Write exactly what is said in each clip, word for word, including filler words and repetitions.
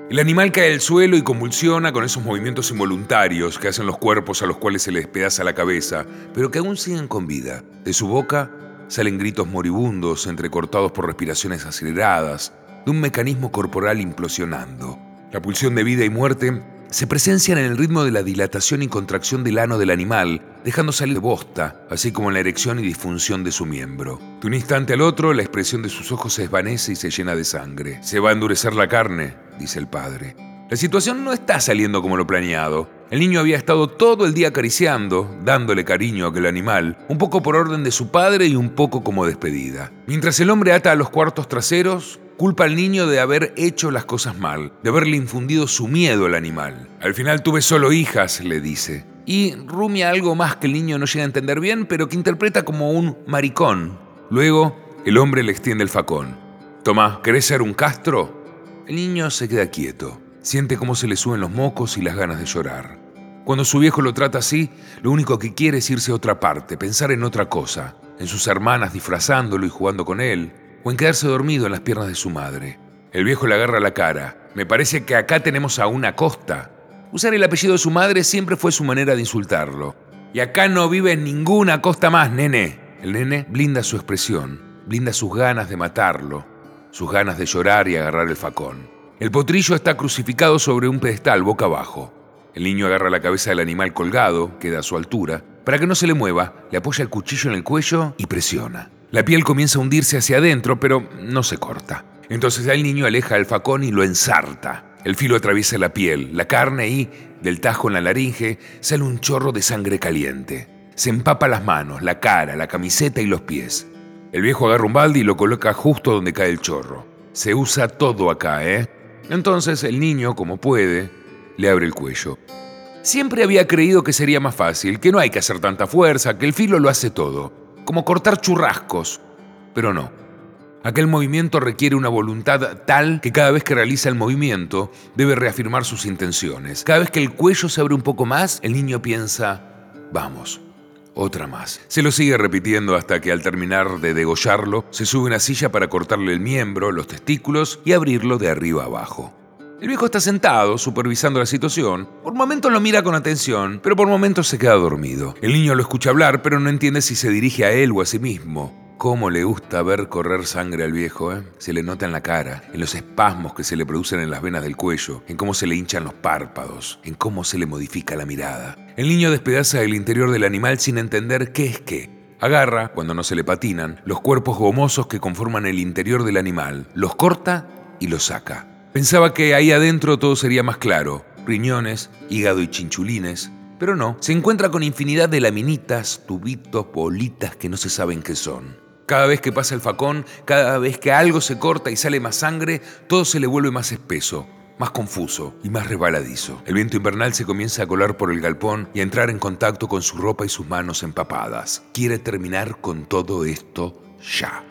El animal cae al suelo y convulsiona con esos movimientos involuntarios que hacen los cuerpos a los cuales se les despedaza la cabeza, pero que aún siguen con vida. De su boca salen gritos moribundos, entrecortados por respiraciones aceleradas, de un mecanismo corporal implosionando. La pulsión de vida y muerte se presencian en el ritmo de la dilatación y contracción del ano del animal, dejando salir bosta, así como en la erección y disfunción de su miembro. De un instante al otro, la expresión de sus ojos se desvanece y se llena de sangre. Se va a endurecer la carne, dice el padre. La situación no está saliendo como lo planeado. El niño había estado todo el día acariciando, dándole cariño a aquel animal, un poco por orden de su padre y un poco como despedida. Mientras el hombre ata a los cuartos traseros, culpa al niño de haber hecho las cosas mal, de haberle infundido su miedo al animal. Al final tuve solo hijas, le dice. Y rumia algo más que el niño no llega a entender bien, pero que interpreta como un maricón. Luego, el hombre le extiende el facón. Tomá, ¿querés ser un castro? El niño se queda quieto. Siente cómo se le suben los mocos y las ganas de llorar. Cuando su viejo lo trata así, lo único que quiere es irse a otra parte, pensar en otra cosa, en sus hermanas disfrazándolo y jugando con él, o en quedarse dormido en las piernas de su madre. El viejo le agarra la cara. Me parece que acá tenemos a una Acosta. Usar el apellido de su madre siempre fue su manera de insultarlo. Y acá no vive ninguna Acosta más, nene. El nene blinda su expresión, blinda sus ganas de matarlo, sus ganas de llorar y agarrar el facón. El potrillo está crucificado sobre un pedestal boca abajo. El niño agarra la cabeza del animal colgado, queda a su altura. Para que no se le mueva, le apoya el cuchillo en el cuello y presiona. La piel comienza a hundirse hacia adentro, pero no se corta. Entonces el niño aleja el facón y lo ensarta. El filo atraviesa la piel, la carne y, del tajo en la laringe, sale un chorro de sangre caliente. Se empapa las manos, la cara, la camiseta y los pies. El viejo agarra un balde y lo coloca justo donde cae el chorro. Se usa todo acá, ¿eh? Entonces el niño, como puede, le abre el cuello. Siempre había creído que sería más fácil, que no hay que hacer tanta fuerza, que el filo lo hace todo. Como cortar churrascos, pero no. Aquel movimiento requiere una voluntad tal que cada vez que realiza el movimiento debe reafirmar sus intenciones. Cada vez que el cuello se abre un poco más, el niño piensa, vamos, otra más. Se lo sigue repitiendo hasta que al terminar de degollarlo, se sube a una silla para cortarle el miembro, los testículos y abrirlo de arriba abajo. El viejo está sentado, supervisando la situación. Por momentos lo mira con atención, pero por momentos se queda dormido. El niño lo escucha hablar, pero no entiende si se dirige a él o a sí mismo. Cómo le gusta ver correr sangre al viejo, ¿eh? Se le nota en la cara, en los espasmos que se le producen en las venas del cuello, en cómo se le hinchan los párpados, en cómo se le modifica la mirada. El niño despedaza el interior del animal sin entender qué es qué. Agarra, cuando no se le patinan, los cuerpos gomosos que conforman el interior del animal, los corta y los saca. Pensaba que ahí adentro todo sería más claro, riñones, hígado y chinchulines, pero no, se encuentra con infinidad de laminitas, tubitos, bolitas que no se saben qué son. Cada vez que pasa el facón, cada vez que algo se corta y sale más sangre, todo se le vuelve más espeso, más confuso y más resbaladizo. El viento invernal se comienza a colar por el galpón y a entrar en contacto con su ropa y sus manos empapadas. Quiere terminar con todo esto ya.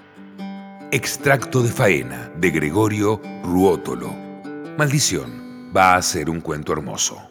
Extracto de faena, de Gregorio Ruotolo. Maldición, va a ser un cuento hermoso.